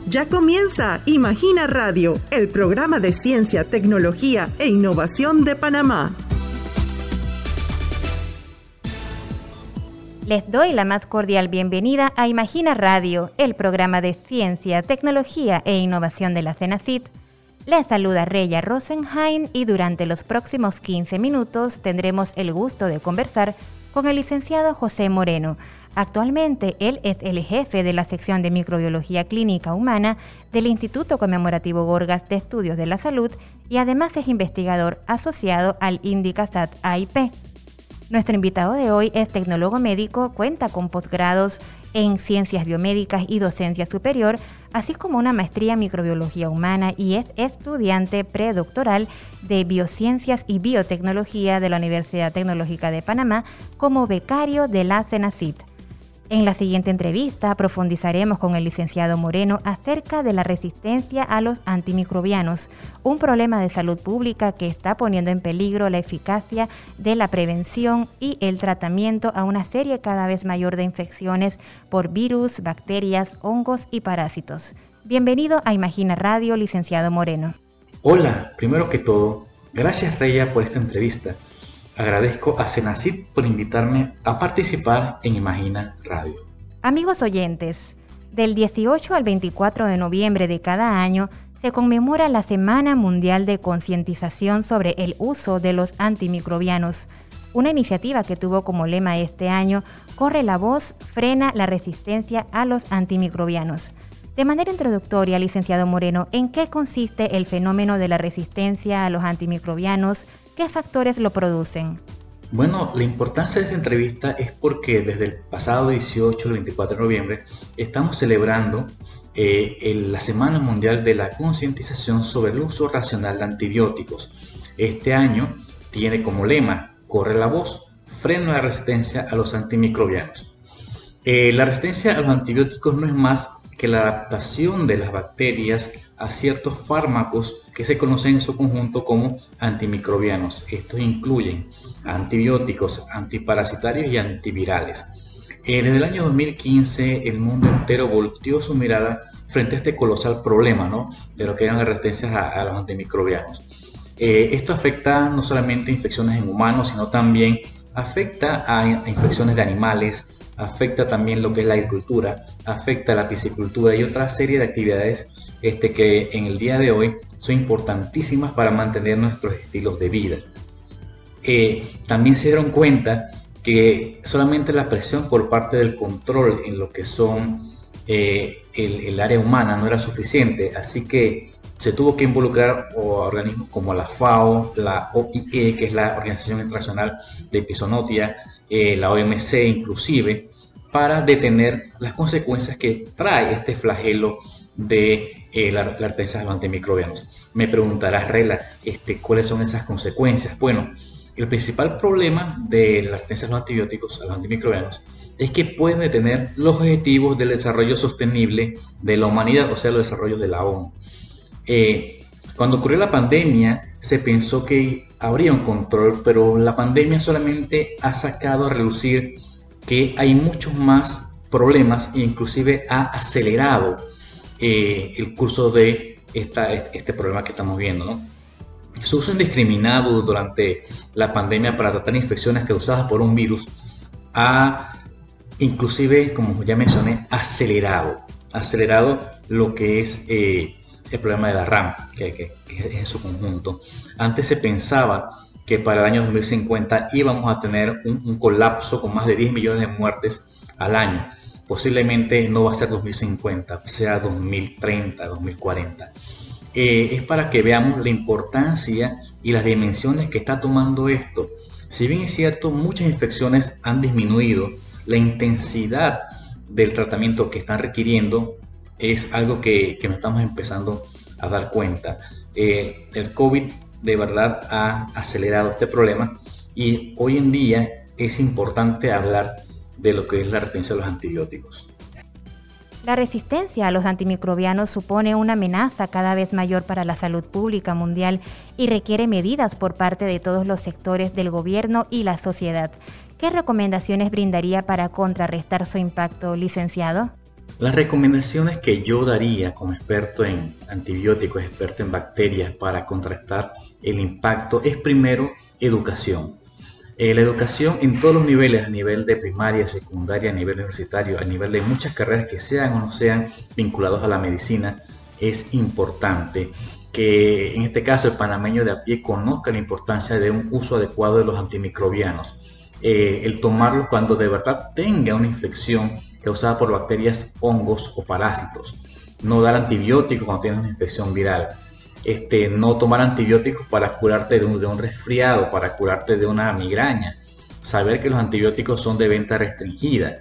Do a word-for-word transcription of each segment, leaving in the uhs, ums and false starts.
Ya comienza Imagina Radio, el programa de ciencia, tecnología e innovación de Panamá. Les doy la más cordial bienvenida a Imagina Radio, el programa de ciencia, tecnología e innovación de la CENACIT. Les saluda Reya Rosenheim y durante los próximos quince minutos tendremos el gusto de conversar con el licenciado José Moreno. Actualmente él es el jefe de la sección de microbiología clínica humana del Instituto Conmemorativo Gorgas de Estudios de la Salud y además es investigador asociado al INDICASAT A I P. Nuestro invitado de hoy es tecnólogo médico, cuenta con posgrados en ciencias biomédicas y docencia superior, así como una maestría en microbiología humana y es estudiante predoctoral de biociencias y biotecnología de la Universidad Tecnológica de Panamá como becario de la CENACIT. En la siguiente entrevista profundizaremos con el licenciado Moreno acerca de la resistencia a los antimicrobianos, un problema de salud pública que está poniendo en peligro la eficacia de la prevención y el tratamiento a una serie cada vez mayor de infecciones por virus, bacterias, hongos y parásitos. Bienvenido a Imagina Radio, licenciado Moreno. Hola, primero que todo, gracias Reya por esta entrevista. Agradezco a CENACIT por invitarme a participar en Imagina Radio. Amigos oyentes, del dieciocho al veinticuatro de noviembre de cada año se conmemora la Semana Mundial de Concientización sobre el uso de los antimicrobianos, una iniciativa que tuvo como lema este año: Corre la voz, frena la resistencia a los antimicrobianos. De manera introductoria, licenciado Moreno, ¿en qué consiste el fenómeno de la resistencia a los antimicrobianos? ¿Qué factores lo producen? Bueno, la importancia de esta entrevista es porque desde el pasado dieciocho al veinticuatro de noviembre estamos celebrando eh, el, la Semana Mundial de la Concientización sobre el uso racional de antibióticos. Este año tiene como lema: Corre la voz, frena la resistencia a los antimicrobianos. Eh, la resistencia a los antibióticos no es más que la adaptación de las bacterias a ciertos fármacos que se conocen en su conjunto como antimicrobianos. Estos incluyen antibióticos, antiparasitarios y antivirales. Eh, desde el año dos mil quince el mundo entero volteó su mirada frente a este colosal problema, ¿no?, de lo que eran las resistencias a, a los antimicrobianos. Eh, esto afecta no solamente a infecciones en humanos, sino también afecta a, a infecciones de animales, afecta también lo que es la agricultura, afecta la piscicultura y otra serie de actividades este, que en el día de hoy son importantísimas para mantener nuestros estilos de vida. Eh, también se dieron cuenta que solamente la presión por parte del control en lo que son eh, el, el área humana no era suficiente, así que se tuvo que involucrar a organismos como la FAO, la O I E, que es la Organización Internacional de Epizoonotia, eh, la O M C inclusive, para detener las consecuencias que trae este flagelo de eh, la, la resistencia a los antimicrobianos. Me preguntarás, Rela, este, ¿cuáles son esas consecuencias? Bueno, el principal problema de la resistencia a los antibióticos, a los antimicrobianos, es que pueden detener los objetivos del desarrollo sostenible de la humanidad, o sea, los desarrollos de la ONU. Eh, cuando ocurrió la pandemia, se pensó que habría un control, pero la pandemia solamente ha sacado a relucir que hay muchos más problemas e inclusive ha acelerado eh, el curso de esta, este problema que estamos viendo, ¿no? Su uso indiscriminado durante la pandemia para tratar infecciones causadas por un virus ha inclusive, como ya mencioné, acelerado, acelerado lo que es eh, el problema de la RAM, que, que, que es en su conjunto. Antes se pensaba que para el año dos mil cincuenta íbamos a tener un, un colapso con más de diez millones de muertes al año. Posiblemente no va a ser dos mil cincuenta, sea dos mil treinta, dos mil cuarenta. Eh, es para que veamos la importancia y las dimensiones que está tomando esto. Si bien es cierto, muchas infecciones han disminuido, la intensidad del tratamiento que están requiriendo es algo que, que nos estamos empezando a dar cuenta. Eh, el COVID de verdad ha acelerado este problema y hoy en día es importante hablar de lo que es la resistencia a los antibióticos. La resistencia a los antimicrobianos supone una amenaza cada vez mayor para la salud pública mundial y requiere medidas por parte de todos los sectores del gobierno y la sociedad. ¿Qué recomendaciones brindaría para contrarrestar su impacto, licenciado? Las recomendaciones que yo daría como experto en antibióticos, experto en bacterias para contrastar el impacto es primero educación. Eh, la educación en todos los niveles, a nivel de primaria, secundaria, a nivel universitario, a nivel de muchas carreras que sean o no sean vinculados a la medicina, es importante que en este caso el panameño de a pie conozca la importancia de un uso adecuado de los antimicrobianos. Eh, el tomarlos cuando de verdad tenga una infección causada por bacterias, hongos o parásitos. No dar antibióticos cuando tienes una infección viral. Este, no tomar antibióticos para curarte de un, de un resfriado, para curarte de una migraña. Saber que los antibióticos son de venta restringida.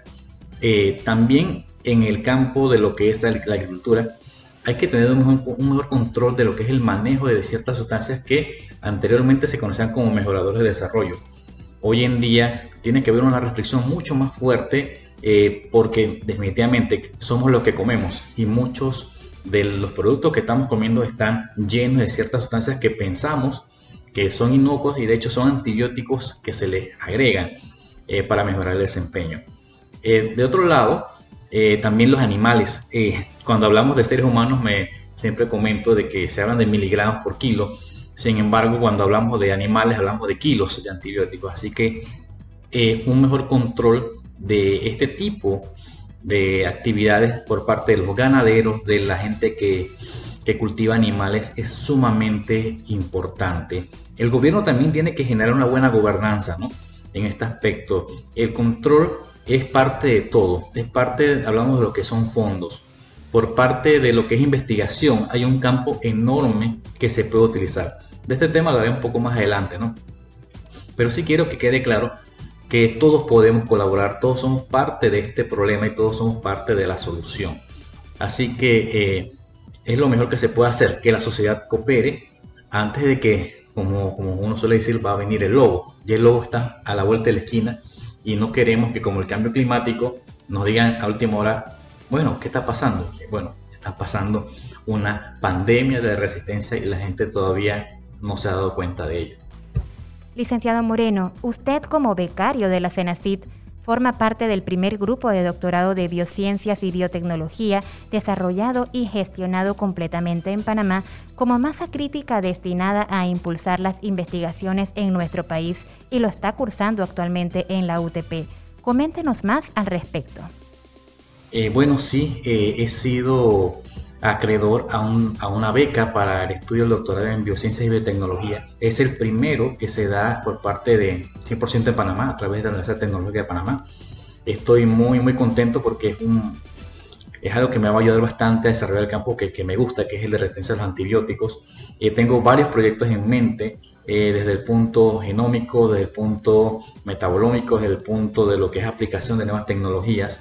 Eh, también en el campo de lo que es la, la agricultura, hay que tener un mejor, un mejor control de lo que es el manejo de ciertas sustancias que anteriormente se conocían como mejoradores de desarrollo. Hoy en día tiene que haber una restricción mucho más fuerte eh, porque definitivamente somos lo que comemos y muchos de los productos que estamos comiendo están llenos de ciertas sustancias que pensamos que son inocuos y de hecho son antibióticos que se les agregan eh, para mejorar el desempeño. Eh, de otro lado, eh, también los animales. Eh, cuando hablamos de seres humanos me siempre comento de que se hablan de miligramos por kilo. Sin embargo, cuando hablamos de animales hablamos de kilos de antibióticos. Así que eh, un mejor control de este tipo de actividades por parte de los ganaderos, de la gente que, que cultiva animales, es sumamente importante. El gobierno también tiene que generar una buena gobernanza, ¿no? En este aspecto. El control es parte de todo, es parte, hablamos de lo que son fondos. Por parte de lo que es investigación, hay un campo enorme que se puede utilizar. De este tema hablaré un poco más adelante, ¿no? Pero sí quiero que quede claro que todos podemos colaborar, todos somos parte de este problema y todos somos parte de la solución. Así que eh, es lo mejor que se puede hacer, que la sociedad coopere antes de que, como, como uno suele decir, va a venir el lobo. Y el lobo está a la vuelta de la esquina y no queremos que, como el cambio climático, nos digan a última hora, bueno, ¿qué está pasando? Bueno, está pasando una pandemia de resistencia y la gente todavía no se ha dado cuenta de ello. Licenciado Moreno, usted como becario de la CENACIT forma parte del primer grupo de doctorado de Biociencias y Biotecnología desarrollado y gestionado completamente en Panamá como masa crítica destinada a impulsar las investigaciones en nuestro país y lo está cursando actualmente en la U T P. Coméntenos más al respecto. Eh, bueno, sí, eh, he sido acreedor a, un, a una beca para el estudio del doctorado en Biociencias y Biotecnología. Es el primero que se da por parte de cien por ciento de Panamá, a través de la Universidad Tecnológica de Panamá. Estoy muy, muy contento porque es, un, es algo que me va a ayudar bastante a desarrollar el campo que, que me gusta, que es el de resistencia a los antibióticos. Eh, tengo varios proyectos en mente, eh, desde el punto genómico, desde el punto metabolómico, desde el punto de lo que es aplicación de nuevas tecnologías.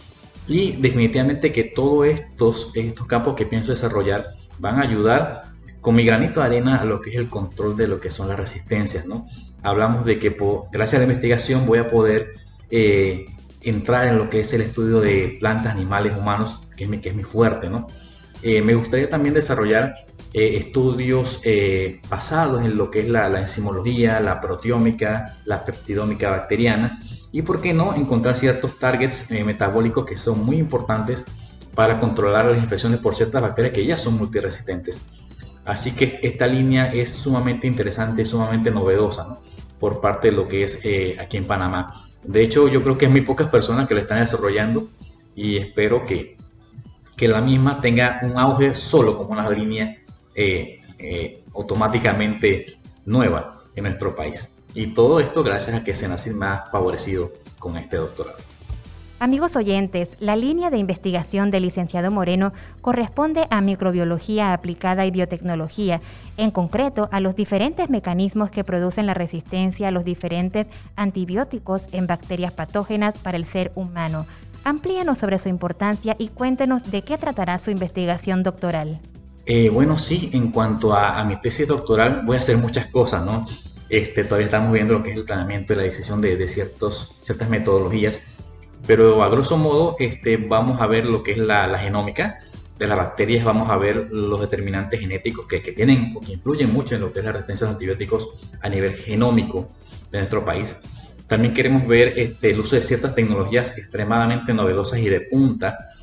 Y definitivamente que todos estos, estos campos que pienso desarrollar van a ayudar con mi granito de arena a lo que es el control de lo que son las resistencias, ¿no? Hablamos de que por, gracias a la investigación voy a poder eh, entrar en lo que es el estudio de plantas, animales, humanos, que es mi, que es mi fuerte, ¿no? Eh, me gustaría también desarrollar eh, estudios eh, basados en lo que es la, la enzimología, la proteómica, la peptidómica bacteriana y, por qué no, encontrar ciertos targets eh, metabólicos que son muy importantes para controlar las infecciones por ciertas bacterias que ya son multiresistentes. Así que esta línea es sumamente interesante y sumamente novedosa, ¿no? Por parte de lo que es eh, aquí en Panamá. De hecho, yo creo que hay muy pocas personas que lo están desarrollando y espero que, que la misma tenga un auge solo como una línea eh, eh, automáticamente nueva en nuestro país. Y todo esto gracias a que CENACIT me ha favorecido con este doctorado. Amigos oyentes, la línea de investigación del licenciado Moreno corresponde a microbiología aplicada y biotecnología, en concreto a los diferentes mecanismos que producen la resistencia a los diferentes antibióticos en bacterias patógenas para el ser humano. Amplíenos sobre su importancia y cuéntenos de qué tratará su investigación doctoral. Eh, bueno, sí, en cuanto a, a mi tesis doctoral voy a hacer muchas cosas, ¿no? Este, todavía estamos viendo lo que es el planeamiento y la decisión de, de ciertos, ciertas metodologías, pero a grosso modo este, vamos a ver lo que es la, la genómica de las bacterias, vamos a ver los determinantes genéticos que, que tienen o que influyen mucho en lo que es la resistencia a los antibióticos a nivel genómico de nuestro país. También queremos ver este, el uso de ciertas tecnologías extremadamente novedosas y de punta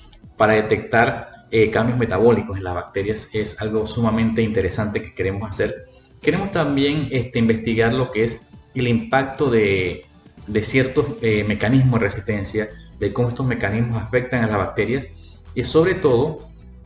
para detectar eh, cambios metabólicos en las bacterias. Es algo sumamente interesante que queremos hacer. Queremos también este, investigar lo que es el impacto de, de ciertos eh, mecanismos de resistencia, de cómo estos mecanismos afectan a las bacterias y sobre todo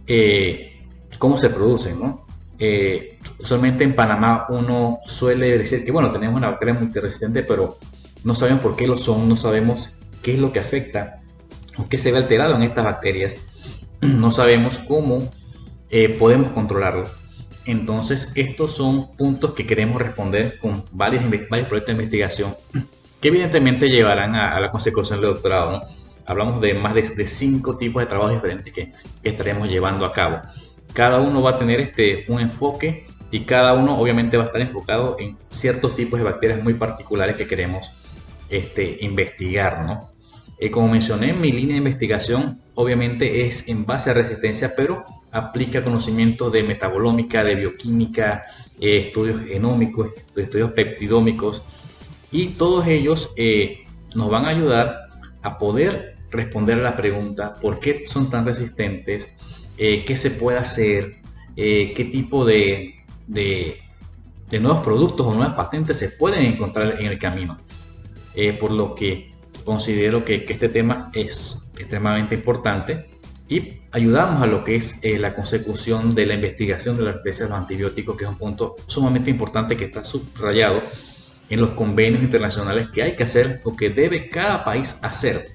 eh, cómo se producen, ¿no? Eh, usualmente en Panamá uno suele decir que bueno, tenemos una bacteria multiresistente, pero no sabemos por qué lo son, no sabemos qué es lo que afecta o qué se ve alterado en estas bacterias, no sabemos cómo eh, podemos controlarlo. Entonces estos son puntos que queremos responder con varios, varios proyectos de investigación que evidentemente llevarán a, a la consecución del doctorado, ¿no? Hablamos de más de, de cinco tipos de trabajos diferentes que, que estaremos llevando a cabo. Cada uno va a tener este, un enfoque y cada uno obviamente va a estar enfocado en ciertos tipos de bacterias muy particulares que queremos este, investigar, ¿no? Eh, como mencioné, mi línea de investigación obviamente es en base a resistencia, pero aplica conocimientos de metabolómica, de bioquímica, eh, estudios genómicos, estudios peptidómicos, y todos ellos eh, nos van a ayudar a poder responder a la pregunta ¿por qué son tan resistentes? Eh, ¿Qué se puede hacer? Eh, ¿Qué tipo de, de, de nuevos productos o nuevas patentes se pueden encontrar en el camino? Eh, por lo que considero que, que este tema es extremadamente importante y ayudamos a lo que es eh, la consecución de la investigación de la resistencia a los antibióticos, que es un punto sumamente importante que está subrayado en los convenios internacionales que hay que hacer o que debe cada país hacer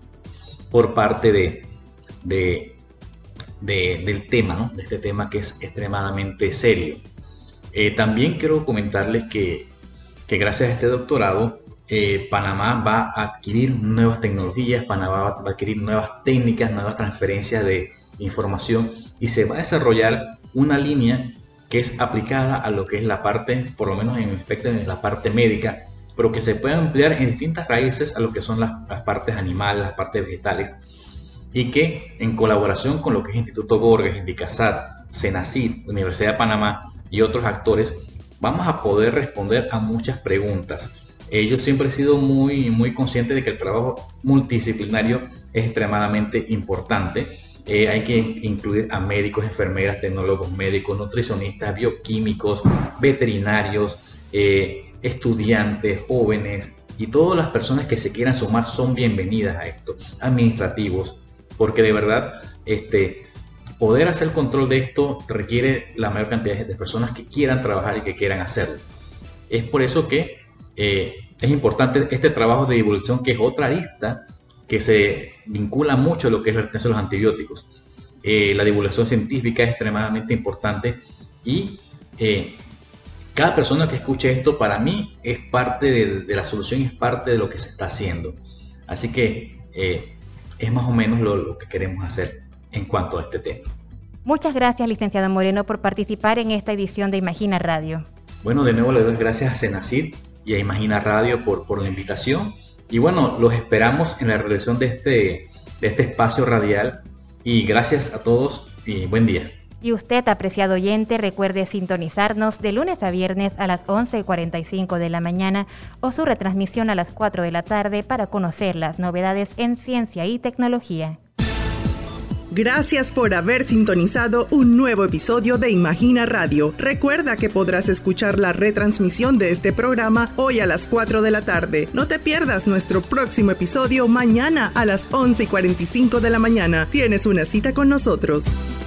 por parte de, de, de, del tema, ¿no? De este tema que es extremadamente serio. Eh, también quiero comentarles que, que gracias a este doctorado eh, Panamá va a adquirir nuevas tecnologías, Panamá va a adquirir nuevas técnicas, nuevas transferencias de información y se va a desarrollar una línea que es aplicada a lo que es la parte, por lo menos en el aspecto de la parte médica, pero que se puede ampliar en distintas raíces a lo que son las, las partes animales, las partes vegetales, y que en colaboración con lo que es Instituto Gorgas, Indicasat, Senacid, Universidad de Panamá y otros actores, vamos a poder responder a muchas preguntas. Eh, yo siempre he sido muy, muy consciente de que el trabajo multidisciplinario es extremadamente importante. Eh, hay que incluir a médicos, enfermeras, tecnólogos médicos, nutricionistas, bioquímicos, veterinarios, eh, estudiantes, jóvenes y todas las personas que se quieran sumar son bienvenidas a esto, administrativos, porque de verdad este, poder hacer control de esto requiere la mayor cantidad de personas que quieran trabajar y que quieran hacerlo. Es por eso que eh, es importante este trabajo de divulgación, que es otra arista que se vincula mucho a lo que es la resistencia a los antibióticos. Eh, la divulgación científica es extremadamente importante y eh, cada persona que escuche esto para mí es parte de, de la solución y es parte de lo que se está haciendo. Así que eh, es más o menos lo, lo que queremos hacer en cuanto a este tema. Muchas gracias, licenciado Moreno, por participar en esta edición de Imagina Radio. Bueno, de nuevo le doy gracias a Senacid y a Imagina Radio por, por la invitación. Y bueno, los esperamos en la realización de este, de este espacio radial. Y gracias a todos y buen día. Y usted, apreciado oyente, recuerde sintonizarnos de lunes a viernes a las once y cuarenta y cinco de la mañana o su retransmisión a las cuatro de la tarde para conocer las novedades en ciencia y tecnología. Gracias por haber sintonizado un nuevo episodio de Imagina Radio. Recuerda que podrás escuchar la retransmisión de este programa hoy a las cuatro de la tarde. No te pierdas nuestro próximo episodio mañana a las once y cuarenta y cinco de la mañana. Tienes una cita con nosotros.